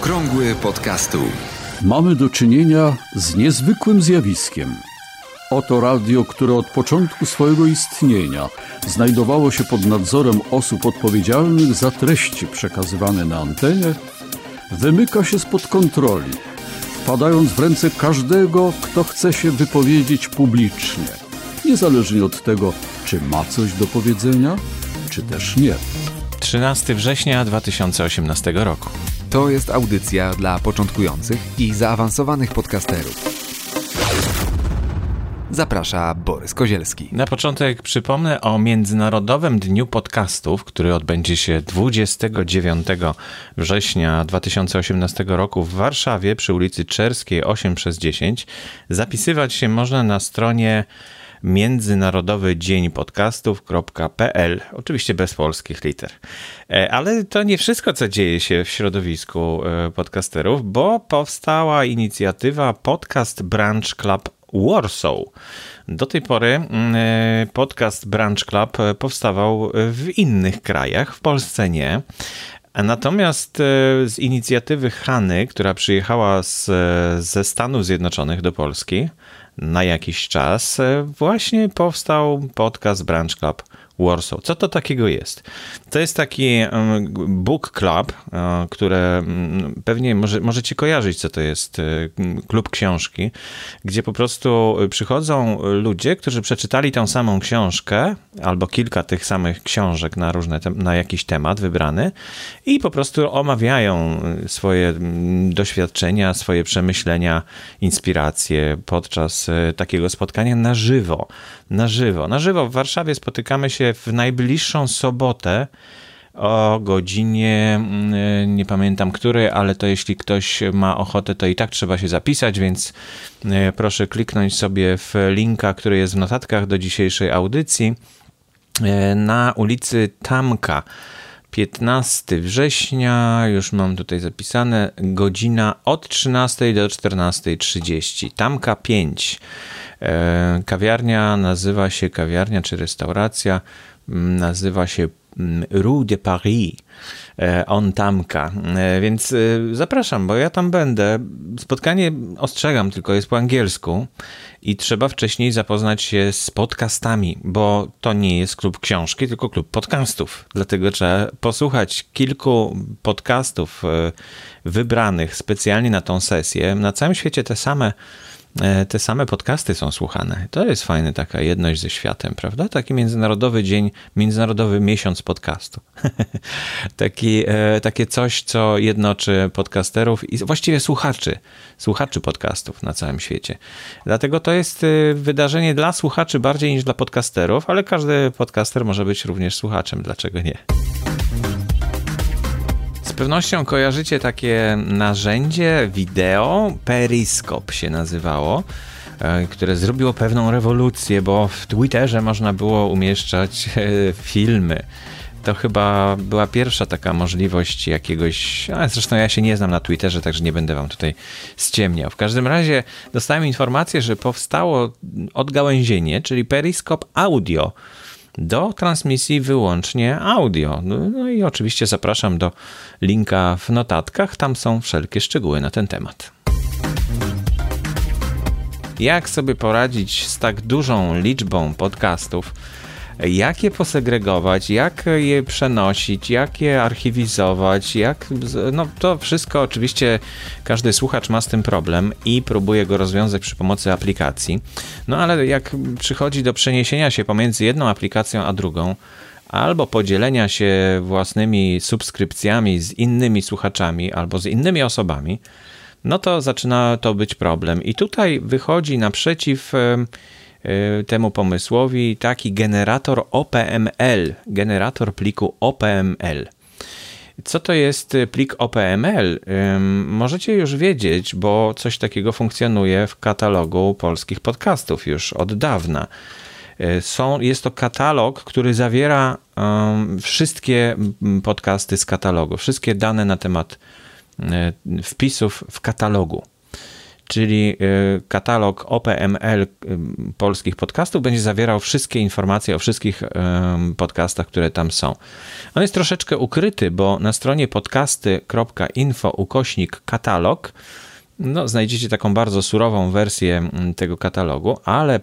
Okrągły podcastu. Mamy do czynienia z niezwykłym zjawiskiem. Oto radio, które od początku swojego istnienia znajdowało się pod nadzorem osób odpowiedzialnych za treści przekazywane na antenie, wymyka się spod kontroli, wpadając w ręce każdego, kto chce się wypowiedzieć publicznie, niezależnie od tego, czy ma coś do powiedzenia, czy też nie. 13 września 2018 roku. To jest audycja dla początkujących i zaawansowanych podcasterów. Zaprasza Borys Kozielski. Na początek przypomnę o Międzynarodowym Dniu Podcastów, który odbędzie się 29 września 2018 roku w Warszawie przy ulicy Czerskiej 8/10. Zapisywać się można na stronie międzynarodowydzieńpodcastów.pl, oczywiście bez polskich liter. Ale to nie wszystko, co dzieje się w środowisku podcasterów, bo powstała inicjatywa Podcast Branch Club Warsaw. Do tej pory Podcast Branch Club powstawał w innych krajach, w Polsce nie. Natomiast z inicjatywy Hany, która przyjechała ze Stanów Zjednoczonych do Polski na jakiś czas, właśnie powstał Podcast Branch Club Warsaw. Co to takiego jest? To jest taki book club, które pewnie możecie kojarzyć, co to jest klub książki, gdzie po prostu przychodzą ludzie, którzy przeczytali tą samą książkę albo kilka tych samych książek na jakiś temat wybrany i po prostu omawiają swoje doświadczenia, swoje przemyślenia, inspiracje podczas takiego spotkania na żywo. Na żywo w Warszawie spotykamy się w najbliższą sobotę o godzinie, nie pamiętam której, ale to jeśli ktoś ma ochotę, to i tak trzeba się zapisać, więc proszę kliknąć sobie w linka, który jest w notatkach do dzisiejszej audycji, na ulicy Tamka. 15 września, już mam tutaj zapisane, godzina od 13 do 14:30. Tamka 5. Kawiarnia nazywa się, czy restauracja nazywa się Rue de Paris on Tamka, więc zapraszam, bo ja tam będę. Spotkanie, ostrzegam, tylko jest po angielsku i trzeba wcześniej zapoznać się z podcastami, bo to nie jest klub książki, tylko klub podcastów. Dlatego trzeba posłuchać kilku podcastów wybranych specjalnie na tą sesję. Na całym świecie te same podcasty są słuchane. To jest fajna taka jedność ze światem, prawda? Taki międzynarodowy dzień, międzynarodowy miesiąc podcastu. Takie coś, co jednoczy podcasterów i właściwie słuchaczy podcastów na całym świecie. Dlatego to jest wydarzenie dla słuchaczy bardziej niż dla podcasterów, ale każdy podcaster może być również słuchaczem. Dlaczego nie? Z pewnością kojarzycie takie narzędzie wideo, Periscope się nazywało, które zrobiło pewną rewolucję, bo w Twitterze można było umieszczać filmy. To chyba była pierwsza taka możliwość jakiegoś... Zresztą ja się nie znam na Twitterze, także nie będę wam tutaj ściemniał. W każdym razie dostałem informację, że powstało odgałęzienie, czyli Periscope Audio, do transmisji wyłącznie audio. No i oczywiście zapraszam do linka w notatkach, tam są wszelkie szczegóły na ten temat. Jak sobie poradzić z tak dużą liczbą podcastów? Jak je posegregować, jak je przenosić, jak je archiwizować, to wszystko oczywiście każdy słuchacz ma z tym problem i próbuje go rozwiązać przy pomocy aplikacji. No ale jak przychodzi do przeniesienia się pomiędzy jedną aplikacją a drugą, albo podzielenia się własnymi subskrypcjami z innymi słuchaczami albo z innymi osobami, no to zaczyna to być problem. I tutaj wychodzi naprzeciw temu pomysłowi taki generator OPML, generator pliku OPML. Co to jest plik OPML? Możecie już wiedzieć, bo coś takiego funkcjonuje w katalogu polskich podcastów już od dawna. Jest to katalog, który zawiera wszystkie podcasty z katalogu, wszystkie dane na temat wpisów w katalogu. czyli katalog OPML polskich podcastów będzie zawierał wszystkie informacje o wszystkich podcastach, które tam są. On jest troszeczkę ukryty, bo na stronie podcasty.info/katalog znajdziecie taką bardzo surową wersję tego katalogu, ale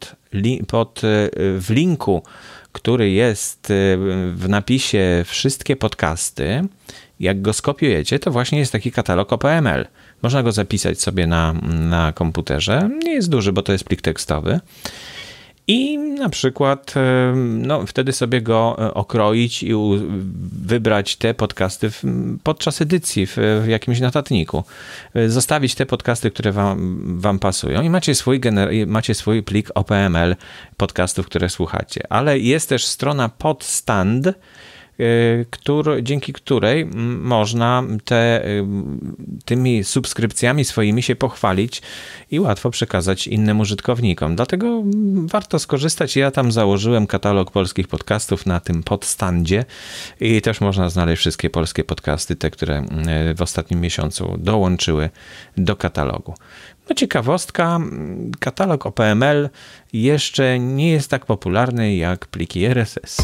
w linku, który jest w napisie wszystkie podcasty, jak go skopiujecie, to właśnie jest taki katalog OPML. Można go zapisać sobie na komputerze. Nie jest duży, bo to jest plik tekstowy. I na przykład wtedy sobie go okroić i wybrać te podcasty podczas edycji w jakimś notatniku. Zostawić te podcasty, które wam pasują i macie swój plik OPML podcastów, które słuchacie. Ale jest też strona Podstand, dzięki której można tymi subskrypcjami swoimi się pochwalić i łatwo przekazać innym użytkownikom. Dlatego warto skorzystać. Ja tam założyłem katalog polskich podcastów na tym Podstandzie i też można znaleźć wszystkie polskie podcasty, te, które w ostatnim miesiącu dołączyły do katalogu. Ciekawostka, katalog OPML jeszcze nie jest tak popularny jak pliki RSS.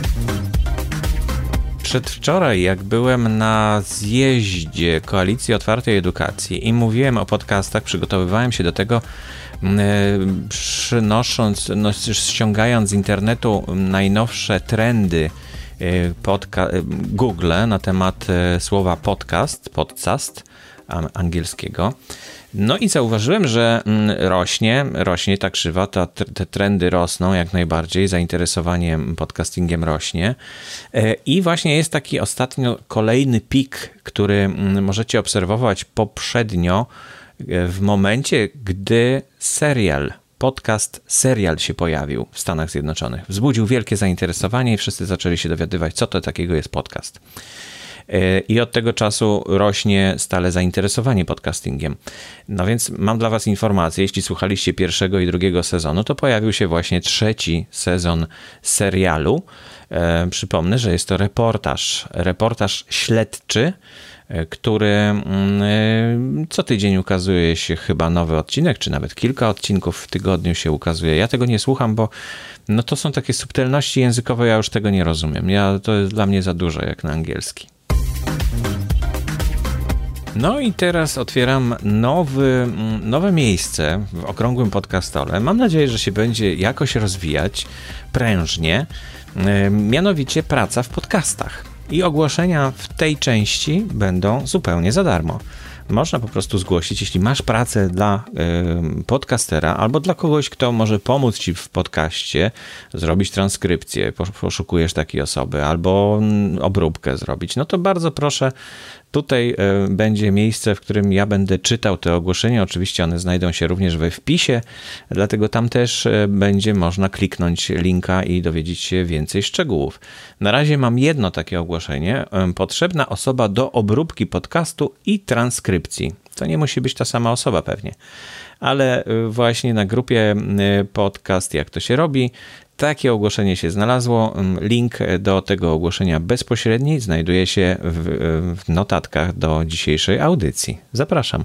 Przedwczoraj, jak byłem na zjeździe Koalicji Otwartej Edukacji i mówiłem o podcastach, przygotowywałem się do tego, ściągając z internetu najnowsze trendy Google na temat słowa podcast angielskiego. No i zauważyłem, że rośnie ta krzywa, te trendy rosną jak najbardziej, zainteresowanie podcastingiem rośnie i właśnie jest taki ostatnio kolejny pik, który możecie obserwować poprzednio w momencie, gdy podcast serial się pojawił w Stanach Zjednoczonych. Wzbudził wielkie zainteresowanie i wszyscy zaczęli się dowiadywać, co to takiego jest podcast. I od tego czasu rośnie stale zainteresowanie podcastingiem. No więc mam dla was informację, jeśli słuchaliście pierwszego i drugiego sezonu, to pojawił się właśnie trzeci sezon serialu. Przypomnę, że jest to reportaż śledczy, który co tydzień ukazuje się chyba nowy odcinek, czy nawet kilka odcinków w tygodniu się ukazuje. Ja tego nie słucham, bo to są takie subtelności językowe, ja już tego nie rozumiem. To jest dla mnie za dużo jak na angielski. No i teraz otwieram nowe miejsce w Okrągłym Podcastole. Mam nadzieję, że się będzie jakoś rozwijać prężnie, mianowicie praca w podcastach. I ogłoszenia w tej części będą zupełnie za darmo. Można po prostu zgłosić, jeśli masz pracę dla podcastera albo dla kogoś, kto może pomóc ci w podcaście, zrobić transkrypcję, poszukujesz takiej osoby, albo obróbkę zrobić, no to bardzo proszę, tutaj będzie miejsce, w którym ja będę czytał te ogłoszenia. Oczywiście one znajdą się również we wpisie, dlatego tam też będzie można kliknąć linka i dowiedzieć się więcej szczegółów. Na razie mam jedno takie ogłoszenie. Potrzebna osoba do obróbki podcastu i transkrypcji. To nie musi być ta sama osoba pewnie, ale właśnie na grupie podcast Jak to się robi, takie ogłoszenie się znalazło. Link do tego ogłoszenia bezpośredni znajduje się w notatkach do dzisiejszej audycji. Zapraszam.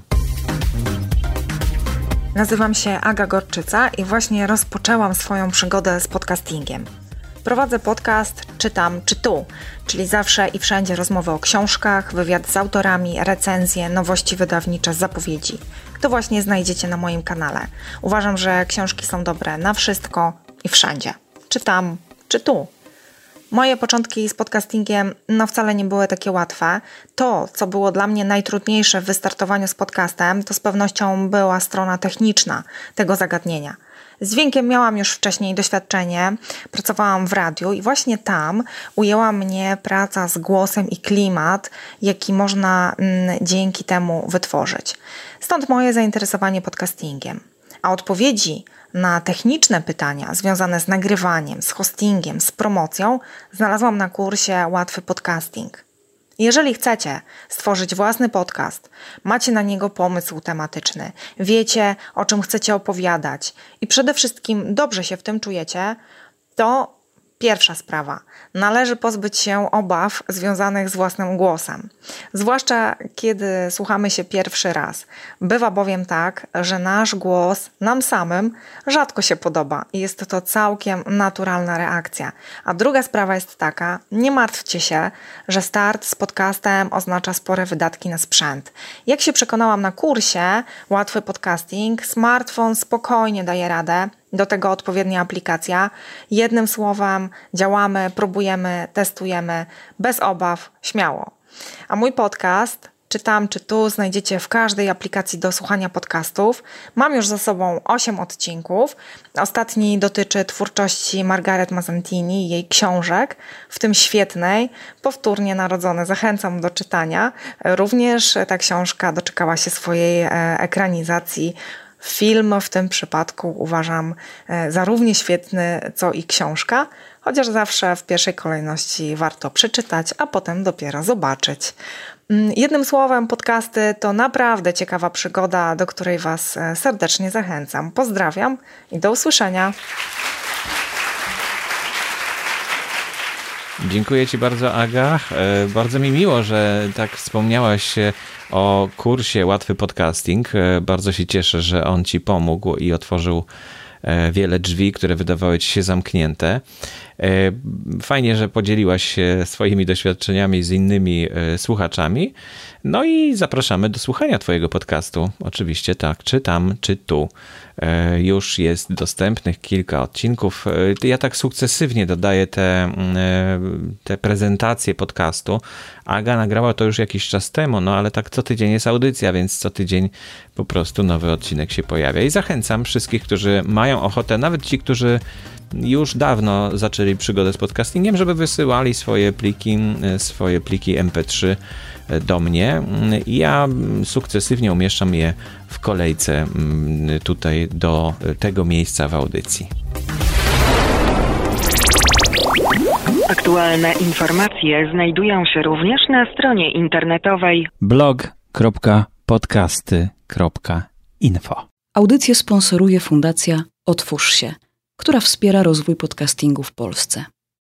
Nazywam się Aga Gorczyca i właśnie rozpoczęłam swoją przygodę z podcastingiem. Prowadzę podcast Czytam czy tu, czyli zawsze i wszędzie rozmowy o książkach, wywiad z autorami, recenzje, nowości wydawnicze, zapowiedzi. To właśnie znajdziecie na moim kanale. Uważam, że książki są dobre na wszystko i wszędzie. Czytam czy tu. Moje początki z podcastingiem wcale nie były takie łatwe. To, co było dla mnie najtrudniejsze w wystartowaniu z podcastem, to z pewnością była strona techniczna tego zagadnienia. Z dźwiękiem miałam już wcześniej doświadczenie, pracowałam w radiu i właśnie tam ujęła mnie praca z głosem i klimat, jaki można dzięki temu wytworzyć. Stąd moje zainteresowanie podcastingiem. A odpowiedzi na techniczne pytania związane z nagrywaniem, z hostingiem, z promocją znalazłam na kursie Łatwy Podcasting. Jeżeli chcecie stworzyć własny podcast, macie na niego pomysł tematyczny, wiecie, o czym chcecie opowiadać i przede wszystkim dobrze się w tym czujecie, to Pierwsza sprawa. Należy pozbyć się obaw związanych z własnym głosem. Zwłaszcza kiedy słuchamy się pierwszy raz. Bywa bowiem tak, że nasz głos nam samym rzadko się podoba i jest to całkiem naturalna reakcja. A druga sprawa jest taka, nie martwcie się, że start z podcastem oznacza spore wydatki na sprzęt. Jak się przekonałam na kursie Łatwy Podcasting, smartfon spokojnie daje radę, do tego odpowiednia aplikacja. Jednym słowem działamy, próbujemy, testujemy, bez obaw, śmiało. A mój podcast, czy tam, czy tu, znajdziecie w każdej aplikacji do słuchania podcastów. Mam już za sobą 8 odcinków. Ostatni dotyczy twórczości Margaret Mazzantini i jej książek, w tym świetnej, Powtórnie narodzony. Zachęcam do czytania. Również ta książka doczekała się swojej ekranizacji. Film w tym przypadku uważam za równie świetny, co i książka, chociaż zawsze w pierwszej kolejności warto przeczytać, a potem dopiero zobaczyć. Jednym słowem, podcasty to naprawdę ciekawa przygoda, do której Was serdecznie zachęcam. Pozdrawiam i do usłyszenia. Dziękuję Ci bardzo, Aga. Bardzo mi miło, że tak wspomniałaś o kursie Łatwy Podcasting. Bardzo się cieszę, że on Ci pomógł i otworzył wiele drzwi, które wydawały Ci się zamknięte. Fajnie, że podzieliłaś się swoimi doświadczeniami z innymi słuchaczami. No i zapraszamy do słuchania Twojego podcastu. Oczywiście tak, czy tam, czy tu. Już jest dostępnych kilka odcinków. Ja tak sukcesywnie dodaję te prezentacje podcastu. Aga nagrała to już jakiś czas temu, no ale tak co tydzień jest audycja, więc co tydzień po prostu nowy odcinek się pojawia. I zachęcam wszystkich, którzy mają ochotę, nawet ci, którzy już dawno zaczęli przygodę z podcastingiem, żeby wysyłali swoje pliki MP3 do mnie i ja sukcesywnie umieszczam je w kolejce tutaj do tego miejsca w audycji. Aktualne informacje znajdują się również na stronie internetowej blog.podcasty.info. Audycję sponsoruje Fundacja Otwórz się, która wspiera rozwój podcastingu w Polsce.